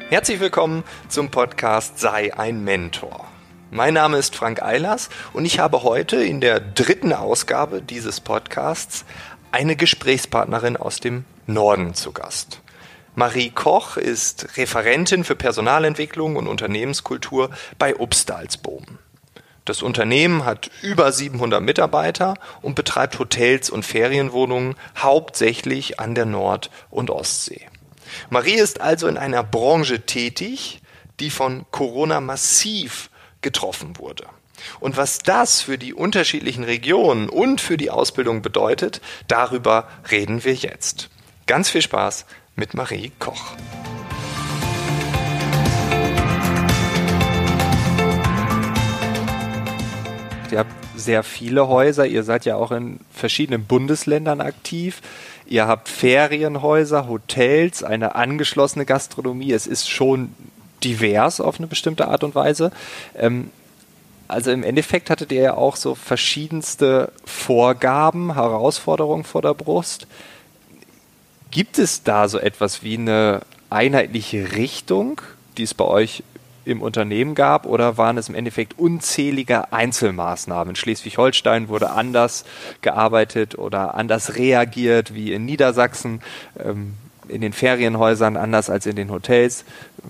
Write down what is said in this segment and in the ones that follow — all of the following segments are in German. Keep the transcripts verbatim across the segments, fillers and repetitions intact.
Herzlich willkommen zum Podcast Sei ein Mentor. Mein Name ist Frank Eilers und ich habe heute in der dritten Ausgabe dieses Podcasts eine Gesprächspartnerin aus dem Norden zu Gast. Marie Koch ist Referentin für Personalentwicklung und Unternehmenskultur bei Upstalsboom. Das Unternehmen hat über siebenhundert Mitarbeiter und betreibt Hotels und Ferienwohnungen hauptsächlich an der Nord- und Ostsee. Marie ist also in einer Branche tätig, die von Corona massiv getroffen wurde. Und was das für die unterschiedlichen Regionen und für die Ausbildung bedeutet, darüber reden wir jetzt. Ganz viel Spaß mit Marie Koch. Ihr habt sehr viele Häuser, ihr seid ja auch in verschiedenen Bundesländern aktiv. Ihr habt Ferienhäuser, Hotels, eine angeschlossene Gastronomie. Es ist schon divers auf eine bestimmte Art und Weise. Ähm, also im Endeffekt hattet ihr ja auch so verschiedenste Vorgaben, Herausforderungen vor der Brust. Gibt es da so etwas wie eine einheitliche Richtung, die es bei euch im Unternehmen gab, oder waren es im Endeffekt unzählige Einzelmaßnahmen? In Schleswig-Holstein wurde anders gearbeitet oder anders reagiert wie in Niedersachsen, ähm, in den Ferienhäusern anders als in den Hotels.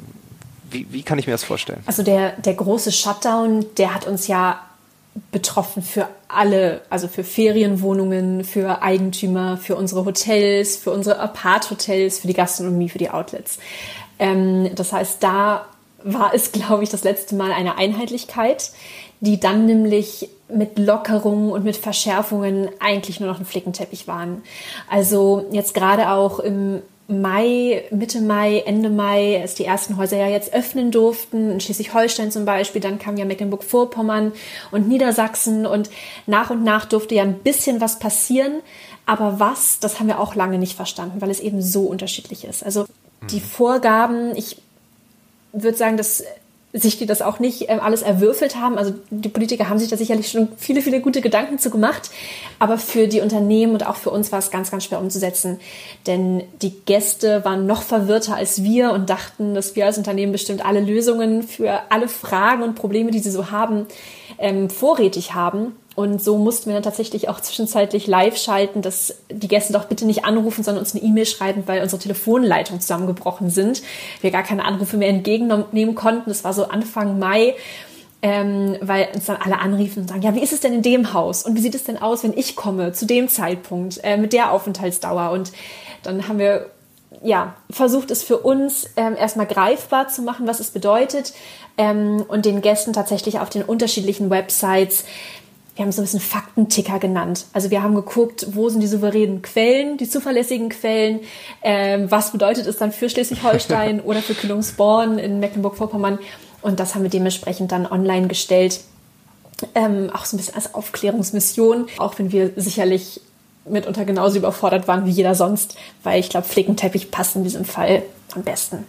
Wie, wie kann ich mir das vorstellen? Also der, der große Shutdown, der hat uns ja betroffen für alle, also für Ferienwohnungen, für Eigentümer, für unsere Hotels, für unsere Apart-Hotels, für die Gastronomie, für die Outlets. Ähm, das heißt, da war es, glaube ich, das letzte Mal eine Einheitlichkeit, die dann nämlich mit Lockerungen und mit Verschärfungen eigentlich nur noch ein Flickenteppich waren. Also jetzt gerade auch im Mai, Mitte Mai, Ende Mai, als die ersten Häuser ja jetzt öffnen durften, in Schleswig-Holstein zum Beispiel, dann kam ja Mecklenburg-Vorpommern und Niedersachsen und nach und nach durfte ja ein bisschen was passieren, aber was, das haben wir auch lange nicht verstanden, weil es eben so unterschiedlich ist. Also die Vorgaben, ich würde sagen, dass sich die das auch nicht alles erwürfelt haben. Also die Politiker haben sich da sicherlich schon viele, viele gute Gedanken zu gemacht. Aber für die Unternehmen und auch für uns war es ganz, ganz schwer umzusetzen. Denn die Gäste waren noch verwirrter als wir und dachten, dass wir als Unternehmen bestimmt alle Lösungen für alle Fragen und Probleme, die sie so haben, ähm, vorrätig haben. Und so mussten wir dann tatsächlich auch zwischenzeitlich live schalten, dass die Gäste doch bitte nicht anrufen, sondern uns eine E-Mail schreiben, weil unsere Telefonleitungen zusammengebrochen sind. Wir gar keine Anrufe mehr entgegennehmen konnten. Das war so Anfang Mai, ähm, weil uns dann alle anriefen und sagen, ja, wie ist es denn in dem Haus? Und wie sieht es denn aus, wenn ich komme, zu dem Zeitpunkt, äh, mit der Aufenthaltsdauer? Und dann haben wir ja versucht, es für uns ähm, erstmal greifbar zu machen, was es bedeutet, ähm, und den Gästen tatsächlich auf den unterschiedlichen Websites, wir haben so ein bisschen Faktenticker genannt. Also wir haben geguckt, wo sind die souveränen Quellen, die zuverlässigen Quellen, ähm, was bedeutet es dann für Schleswig-Holstein oder für Kühlungsborn in Mecklenburg-Vorpommern. Und das haben wir dementsprechend dann online gestellt. Ähm, auch so ein bisschen als Aufklärungsmission, auch wenn wir sicherlich mitunter genauso überfordert waren wie jeder sonst, weil ich glaube, Flickenteppich passt in diesem Fall am besten.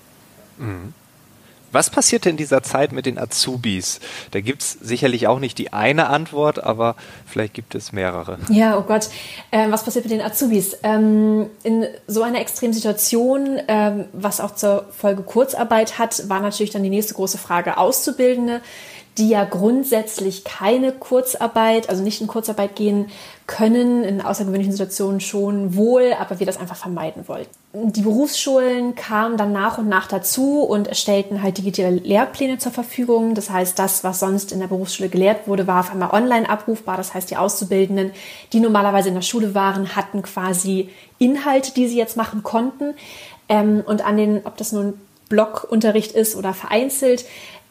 Mhm. Was passierte in dieser Zeit mit den Azubis? Da gibt es sicherlich auch nicht die eine Antwort, aber vielleicht gibt es mehrere. Ja, oh Gott. Ähm, was passiert mit den Azubis? Ähm, in so einer extremen Situation, ähm, was auch zur Folge Kurzarbeit hat, war natürlich dann die nächste große Frage Auszubildende, die ja grundsätzlich keine Kurzarbeit, also nicht in Kurzarbeit gehen können, in außergewöhnlichen Situationen schon wohl, aber wir das einfach vermeiden wollten. Die Berufsschulen kamen dann nach und nach dazu und erstellten halt digitale Lehrpläne zur Verfügung. Das heißt, das, was sonst in der Berufsschule gelehrt wurde, war auf einmal online abrufbar. Das heißt, die Auszubildenden, die normalerweise in der Schule waren, hatten quasi Inhalte, die sie jetzt machen konnten. Und an den, ob das nun Blockunterricht ist oder vereinzelt,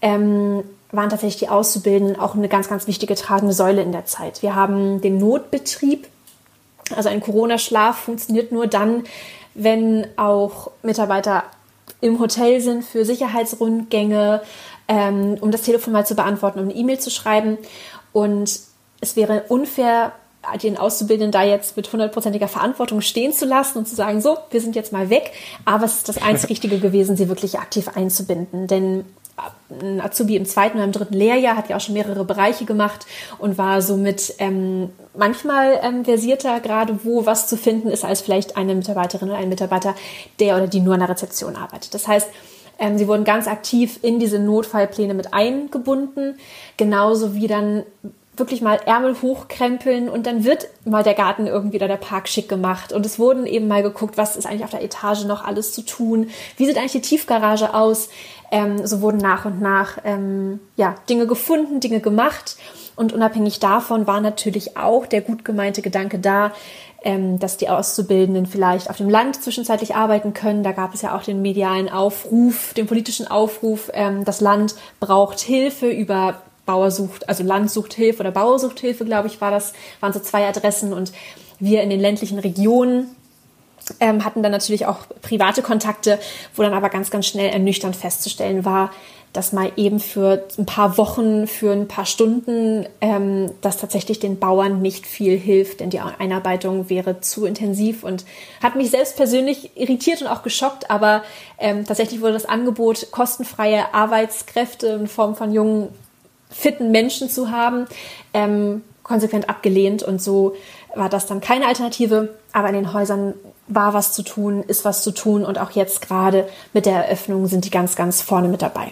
waren tatsächlich die Auszubildenden auch eine ganz, ganz wichtige tragende Säule in der Zeit. Wir haben den Notbetrieb, also ein Corona-Schlaf funktioniert nur dann, wenn auch Mitarbeiter im Hotel sind für Sicherheitsrundgänge, ähm, um das Telefon mal zu beantworten, um eine E-Mail zu schreiben. Und es wäre unfair, den Auszubildenden da jetzt mit hundertprozentiger Verantwortung stehen zu lassen und zu sagen, so, wir sind jetzt mal weg. Aber es ist das einzig Richtige gewesen, sie wirklich aktiv einzubinden. Denn ein Azubi im zweiten oder im dritten Lehrjahr hat ja auch schon mehrere Bereiche gemacht und war somit ähm, manchmal ähm, versierter, gerade wo was zu finden ist, als vielleicht eine Mitarbeiterin oder ein Mitarbeiter, der oder die nur an der Rezeption arbeitet. Das heißt, Ähm, sie wurden ganz aktiv in diese Notfallpläne mit eingebunden, genauso wie dann wirklich mal Ärmel hochkrempeln und dann wird mal der Garten irgendwie oder der Park schick gemacht. Und es wurden eben mal geguckt, was ist eigentlich auf der Etage noch alles zu tun? Wie sieht eigentlich die Tiefgarage aus? Ähm, so wurden nach und nach ähm, ja, Dinge gefunden, Dinge gemacht. Und unabhängig davon war natürlich auch der gut gemeinte Gedanke da, ähm, dass die Auszubildenden vielleicht auf dem Land zwischenzeitlich arbeiten können. Da gab es ja auch den medialen Aufruf, den politischen Aufruf, ähm, das Land braucht Hilfe über Bauer sucht, also Land sucht Hilfe oder Bauer sucht Hilfe, glaube ich, war das, waren so zwei Adressen und wir in den ländlichen Regionen ähm, hatten dann natürlich auch private Kontakte, wo dann aber ganz, ganz schnell ernüchternd festzustellen war, dass mal eben für ein paar Wochen, für ein paar Stunden, ähm, das tatsächlich den Bauern nicht viel hilft, denn die Einarbeitung wäre zu intensiv und hat mich selbst persönlich irritiert und auch geschockt, aber ähm, tatsächlich wurde das Angebot, kostenfreie Arbeitskräfte in Form von jungen fitten Menschen zu haben, ähm, konsequent abgelehnt und so war das dann keine Alternative, aber in den Häusern war was zu tun, ist was zu tun und auch jetzt gerade mit der Eröffnung sind die ganz, ganz vorne mit dabei.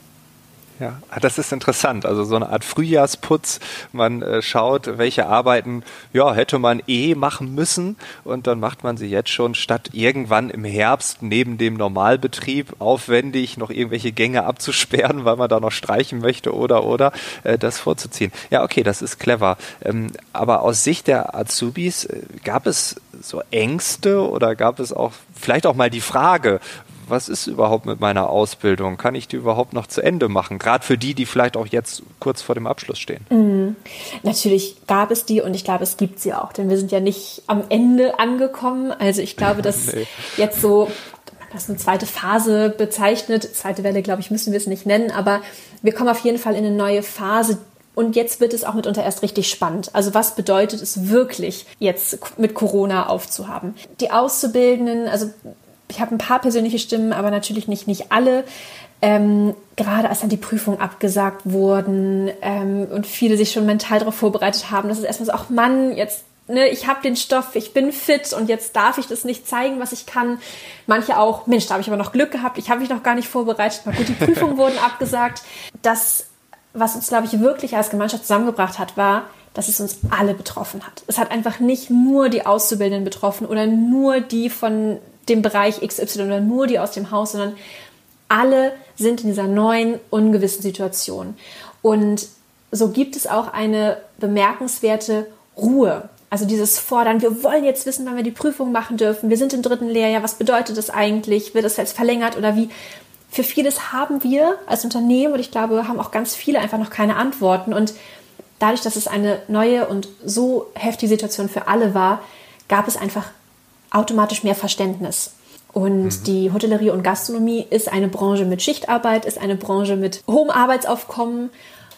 Ja, das ist interessant. Also so eine Art Frühjahrsputz. Man äh, schaut, welche Arbeiten ja hätte man eh machen müssen und dann macht man sie jetzt schon, statt irgendwann im Herbst neben dem Normalbetrieb aufwendig noch irgendwelche Gänge abzusperren, weil man da noch streichen möchte oder oder äh, das vorzuziehen. Ja, okay, das ist clever. Ähm, aber aus Sicht der Azubis äh, gab es so Ängste oder gab es auch vielleicht auch mal die Frage, was ist überhaupt mit meiner Ausbildung? Kann ich die überhaupt noch zu Ende machen? Gerade für die, die vielleicht auch jetzt kurz vor dem Abschluss stehen. Mhm. Natürlich gab es die und ich glaube, es gibt sie auch, denn wir sind ja nicht am Ende angekommen. Also ich glaube, dass nee. jetzt so, das eine zweite Phase bezeichnet, zweite Welle, glaube ich, müssen wir es nicht nennen, aber wir kommen auf jeden Fall in eine neue Phase. Und jetzt wird es auch mitunter erst richtig spannend. Also was bedeutet es wirklich, jetzt mit Corona aufzuhaben? Die Auszubildenden, also ich habe ein paar persönliche Stimmen, aber natürlich nicht, nicht alle. Ähm, gerade als dann die Prüfungen abgesagt wurden ähm, und viele sich schon mental darauf vorbereitet haben, das ist erstmal so, ach Mann, jetzt, ne, ich habe den Stoff, ich bin fit und jetzt darf ich das nicht zeigen, was ich kann. Manche auch, Mensch, da habe ich aber noch Glück gehabt, ich habe mich noch gar nicht vorbereitet. Aber gut, die Prüfungen wurden abgesagt. Das, was uns, glaube ich, wirklich als Gemeinschaft zusammengebracht hat, war, dass es uns alle betroffen hat. Es hat einfach nicht nur die Auszubildenden betroffen oder nur die von dem Bereich X Y oder nur die aus dem Haus, sondern alle sind in dieser neuen, ungewissen Situation. Und so gibt es auch eine bemerkenswerte Ruhe. Also dieses Fordern, wir wollen jetzt wissen, wann wir die Prüfung machen dürfen. Wir sind im dritten Lehrjahr, was bedeutet das eigentlich? Wird das jetzt verlängert oder wie? Für vieles haben wir als Unternehmen und ich glaube, haben auch ganz viele einfach noch keine Antworten. Und dadurch, dass es eine neue und so heftige Situation für alle war, gab es einfach automatisch mehr Verständnis. Und mhm. die Hotellerie und Gastronomie ist eine Branche mit Schichtarbeit, ist eine Branche mit hohem Arbeitsaufkommen.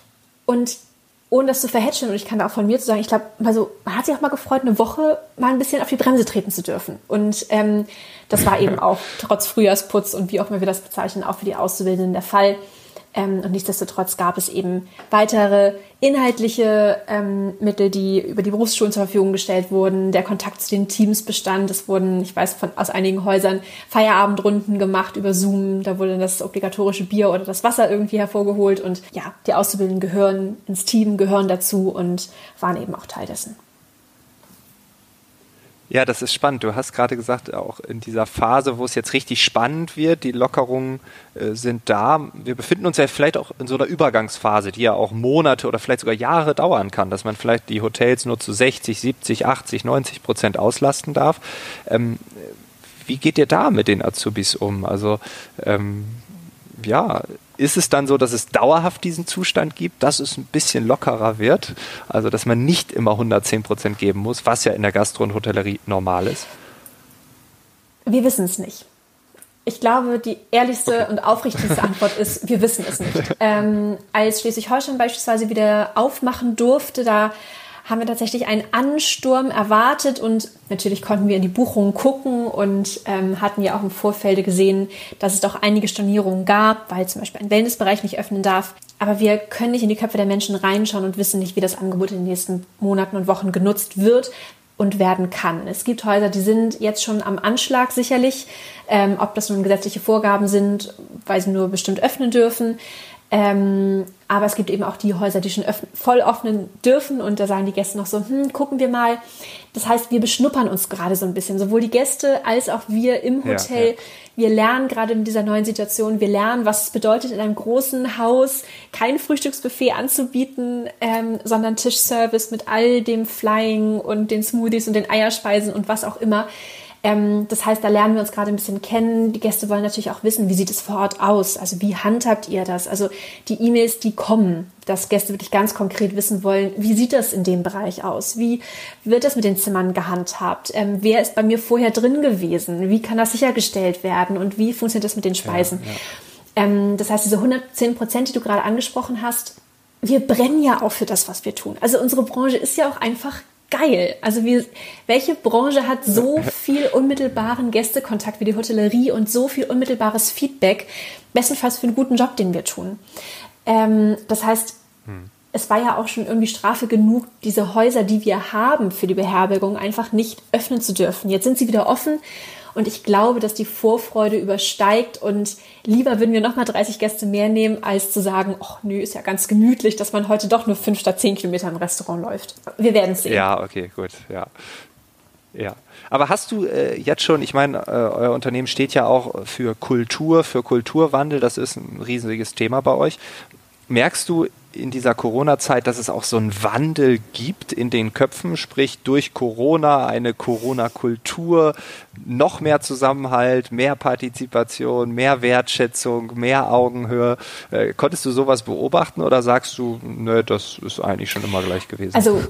Und ohne das zu verhätscheln, und ich kann da auch von mir zu sagen, ich glaube, also, man hat sich auch mal gefreut, eine Woche mal ein bisschen auf die Bremse treten zu dürfen. Und ähm, das war eben auch trotz Frühjahrsputz und wie auch immer wir das bezeichnen, auch für die Auszubildenden der Fall. Ähm, und nichtsdestotrotz gab es eben weitere inhaltliche ähm, Mittel, die über die Berufsschulen zur Verfügung gestellt wurden. Der Kontakt zu den Teams bestand. Es wurden, ich weiß, von, aus einigen Häusern Feierabendrunden gemacht über Zoom. Da wurde das obligatorische Bier oder das Wasser irgendwie hervorgeholt. Und ja, die Auszubildenden gehören ins Team, gehören dazu und waren eben auch Teil dessen. Ja, das ist spannend. Du hast gerade gesagt, auch in dieser Phase, wo es jetzt richtig spannend wird, die Lockerungen äh, sind da. Wir befinden uns ja vielleicht auch in so einer Übergangsphase, die ja auch Monate oder vielleicht sogar Jahre dauern kann, dass man vielleicht die Hotels nur zu sechzig, siebzig, achtzig, neunzig Prozent auslasten darf. Ähm, wie geht ihr da mit den Azubis um? Also ähm, ja, ist es dann so, dass es dauerhaft diesen Zustand gibt, dass es ein bisschen lockerer wird? Also, dass man nicht immer hundertzehn Prozent geben muss, was ja in der Gastro- und Hotellerie normal ist? Wir wissen es nicht. Ich glaube, die ehrlichste okay. und aufrichtigste Antwort ist, wir wissen es nicht. Ähm, als Schleswig-Holstein beispielsweise wieder aufmachen durfte, da haben wir tatsächlich einen Ansturm erwartet und natürlich konnten wir in die Buchungen gucken und ähm, hatten ja auch im Vorfeld gesehen, dass es doch einige Stornierungen gab, weil zum Beispiel ein Wellnessbereich nicht öffnen darf. Aber wir können nicht in die Köpfe der Menschen reinschauen und wissen nicht, wie das Angebot in den nächsten Monaten und Wochen genutzt wird und werden kann. Es gibt Häuser, die sind jetzt schon am Anschlag sicherlich, ähm, ob das nun gesetzliche Vorgaben sind, weil sie nur bestimmt öffnen dürfen. Ähm, aber es gibt eben auch die Häuser, die schon öff- voll öffnen dürfen und da sagen die Gäste noch so, hm, gucken wir mal. Das heißt, wir beschnuppern uns gerade so ein bisschen, sowohl die Gäste als auch wir im Hotel. Ja, ja. Wir lernen gerade in dieser neuen Situation, wir lernen, was es bedeutet, in einem großen Haus kein Frühstücksbuffet anzubieten, ähm, sondern Tischservice mit all dem Flying und den Smoothies und den Eierspeisen und was auch immer. Ähm, das heißt, da lernen wir uns gerade ein bisschen kennen. Die Gäste wollen natürlich auch wissen, wie sieht es vor Ort aus? Also wie handhabt ihr das? Also die E-Mails, die kommen, dass Gäste wirklich ganz konkret wissen wollen, wie sieht das in dem Bereich aus? Wie wird das mit den Zimmern gehandhabt? Ähm, wer ist bei mir vorher drin gewesen? Wie kann das sichergestellt werden? Und wie funktioniert das mit den Speisen? Ja, ja. Ähm, das heißt, diese hundertzehn Prozent, die du gerade angesprochen hast, wir brennen ja auch für das, was wir tun. Also unsere Branche ist ja auch einfach geil. Also wir, welche Branche hat so viel unmittelbaren Gästekontakt wie die Hotellerie und so viel unmittelbares Feedback, bestenfalls für einen guten Job, den wir tun. Ähm, das heißt, hm. es war ja auch schon irgendwie Strafe genug, diese Häuser, die wir haben für die Beherbergung, einfach nicht öffnen zu dürfen. Jetzt sind sie wieder offen und ich glaube, dass die Vorfreude übersteigt und lieber würden wir nochmal dreißig Gäste mehr nehmen, als zu sagen, ach nö, ist ja ganz gemütlich, dass man heute doch nur fünf statt zehn Kilometer im Restaurant läuft. Wir werden es sehen. Ja, okay, gut, ja. Ja, aber hast du äh, jetzt schon, ich meine, äh, euer Unternehmen steht ja auch für Kultur, für Kulturwandel, das ist ein riesiges Thema bei euch. Merkst du in dieser Corona-Zeit, dass es auch so einen Wandel gibt in den Köpfen, sprich durch Corona eine Corona-Kultur, noch mehr Zusammenhalt, mehr Partizipation, mehr Wertschätzung, mehr Augenhöhe? Äh, konntest du sowas beobachten oder sagst du, nö, das ist eigentlich schon immer gleich gewesen? Also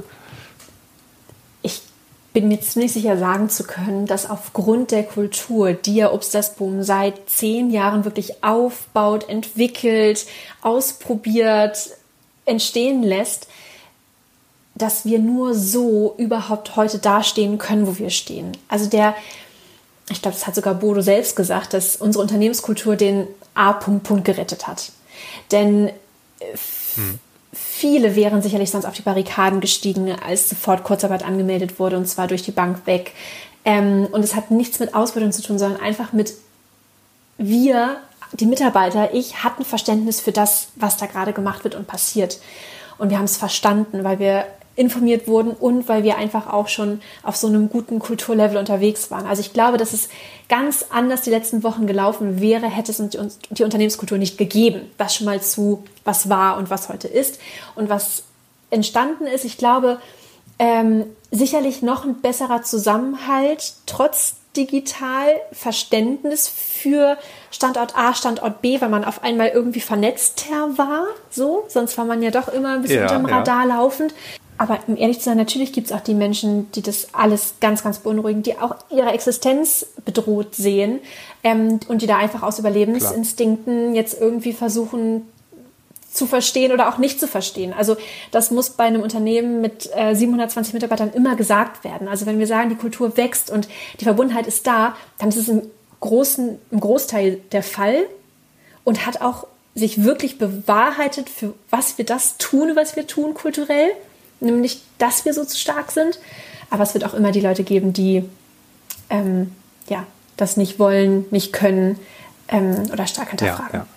ich bin mir ziemlich sicher sagen zu können, dass aufgrund der Kultur, die ja Obstersboom seit zehn Jahren wirklich aufbaut, entwickelt, ausprobiert, entstehen lässt, dass wir nur so überhaupt heute dastehen können, wo wir stehen. Also der, ich glaube, das hat sogar Bodo selbst gesagt, dass unsere Unternehmenskultur den A-Punkt Punkt gerettet hat. Denn hm. viele wären sicherlich sonst auf die Barrikaden gestiegen, als sofort Kurzarbeit angemeldet wurde, und zwar durch die Bank weg. Ähm, und es hat nichts mit Ausbildung zu tun, sondern einfach mit wir, die Mitarbeiter, ich hatten Verständnis für das, was da gerade gemacht wird und passiert. Und wir haben es verstanden, weil wir informiert wurden und weil wir einfach auch schon auf so einem guten Kulturlevel unterwegs waren. Also ich glaube, dass es ganz anders die letzten Wochen gelaufen wäre, hätte es uns die Unternehmenskultur nicht gegeben. Das schon mal zu, was war und was heute ist. Und was entstanden ist, ich glaube, ähm, sicherlich noch ein besserer Zusammenhalt, trotz digital Verständnis für Standort A, Standort B, weil man auf einmal irgendwie vernetzter war, so, sonst war man ja doch immer ein bisschen ja, unterm Radar ja. laufend. Aber um ehrlich zu sein, natürlich gibt es auch die Menschen, die das alles ganz, ganz beunruhigend, die auch ihre Existenz bedroht sehen ähm, und die da einfach aus Überlebensinstinkten jetzt irgendwie versuchen zu verstehen oder auch nicht zu verstehen. Also das muss bei einem Unternehmen mit äh, siebenhundertzwanzig Mitarbeitern immer gesagt werden. Also wenn wir sagen, die Kultur wächst und die Verbundenheit ist da, dann ist es im, großen, im Großteil der Fall und hat auch sich wirklich bewahrheitet, für was wir das tun, was wir tun kulturell. Nämlich, dass wir so stark sind. Aber es wird auch immer die Leute geben, die ähm, ja, das nicht wollen, nicht können ähm, oder stark hinterfragen. Ja, ja.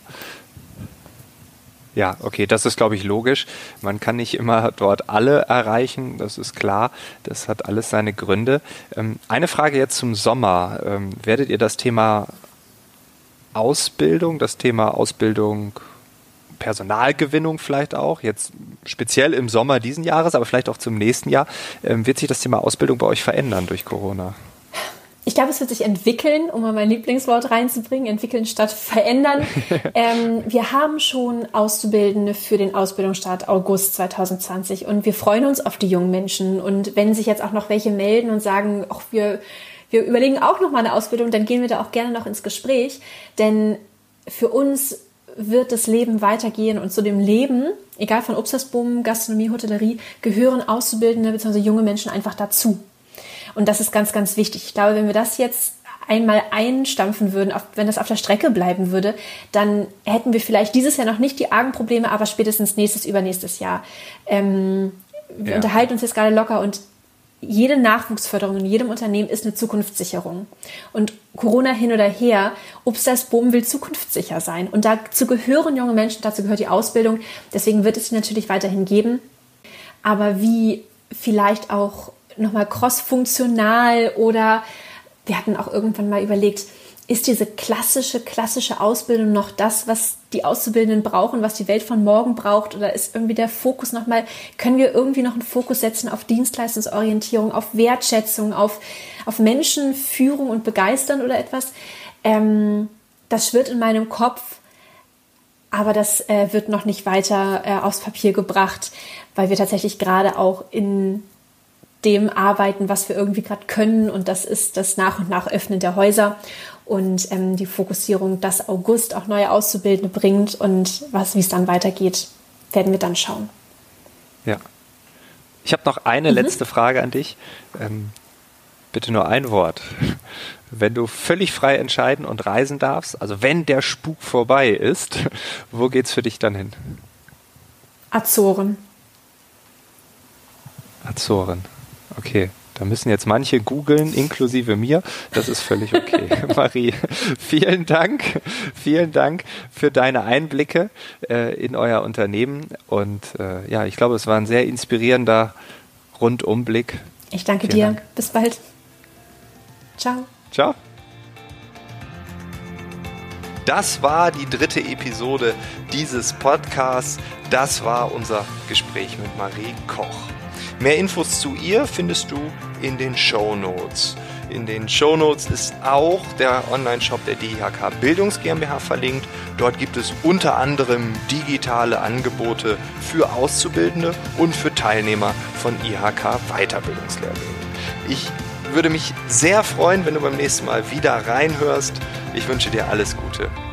Ja, okay, das ist, glaube ich, logisch. Man kann nicht immer dort alle erreichen, das ist klar. Das hat alles seine Gründe. Ähm, eine Frage jetzt zum Sommer. Ähm, werdet ihr das Thema Ausbildung, das Thema Ausbildung, Personalgewinnung vielleicht auch, jetzt speziell im Sommer diesen Jahres, aber vielleicht auch zum nächsten Jahr, ähm, wird sich das Thema Ausbildung bei euch verändern durch Corona? Ich glaube, es wird sich entwickeln, um mal mein Lieblingswort reinzubringen, entwickeln statt verändern. ähm, wir haben schon Auszubildende für den Ausbildungsstart August zwanzig zwanzig und wir freuen uns auf die jungen Menschen. Und wenn sich jetzt auch noch welche melden und sagen, ach, wir, wir überlegen auch noch mal eine Ausbildung, dann gehen wir da auch gerne noch ins Gespräch. Denn für uns wird das Leben weitergehen und zu dem Leben, egal von Obstersboom, Gastronomie, Hotellerie, gehören Auszubildende bzw. junge Menschen einfach dazu. Und das ist ganz, ganz wichtig. Ich glaube, wenn wir das jetzt einmal einstampfen würden, auf, wenn das auf der Strecke bleiben würde, dann hätten wir vielleicht dieses Jahr noch nicht die argen Probleme, aber spätestens nächstes, übernächstes Jahr. Ähm, wir ja. unterhalten uns jetzt gerade locker und jede Nachwuchsförderung in jedem Unternehmen ist eine Zukunftssicherung. Und Corona hin oder her, Upsters-Boom will zukunftssicher sein. Und dazu gehören junge Menschen, dazu gehört die Ausbildung. Deswegen wird es sie natürlich weiterhin geben. Aber wie vielleicht auch nochmal cross-funktional oder wir hatten auch irgendwann mal überlegt, ist diese klassische, klassische Ausbildung noch das, was die Auszubildenden brauchen, was die Welt von morgen braucht? Oder ist irgendwie der Fokus nochmal, können wir irgendwie noch einen Fokus setzen auf Dienstleistungsorientierung, auf Wertschätzung, auf, auf Menschenführung und Begeistern oder etwas? Ähm, das schwirrt in meinem Kopf, aber das äh, wird noch nicht weiter äh, aufs Papier gebracht, weil wir tatsächlich gerade auch in dem arbeiten, was wir irgendwie gerade können, und das ist das nach und nach Öffnen der Häuser und ähm, die Fokussierung, dass August auch neue Auszubildende bringt und was, wie es dann weitergeht, werden wir dann schauen. Ja. Ich habe noch eine mhm. letzte Frage an dich. Ähm, bitte nur ein Wort. Wenn du völlig frei entscheiden und reisen darfst, also wenn der Spuk vorbei ist, wo geht's für dich dann hin? Azoren. Azoren. Okay, da müssen jetzt manche googeln, inklusive mir. Das ist völlig okay. Marie, vielen Dank. Vielen Dank für deine Einblicke äh, in euer Unternehmen. Und äh, ja, ich glaube, es war ein sehr inspirierender Rundumblick. Ich danke vielen dir. Dank. Bis bald. Ciao. Ciao. Das war die dritte Episode dieses Podcasts. Das war unser Gespräch mit Marie Koch. Mehr Infos zu ihr findest du in den Shownotes. In den Shownotes ist auch der Online-Shop der D I H K Bildungs GmbH verlinkt. Dort gibt es unter anderem digitale Angebote für Auszubildende und für Teilnehmer von I H K Weiterbildungslehrgängen. Ich würde mich sehr freuen, wenn du beim nächsten Mal wieder reinhörst. Ich wünsche dir alles Gute.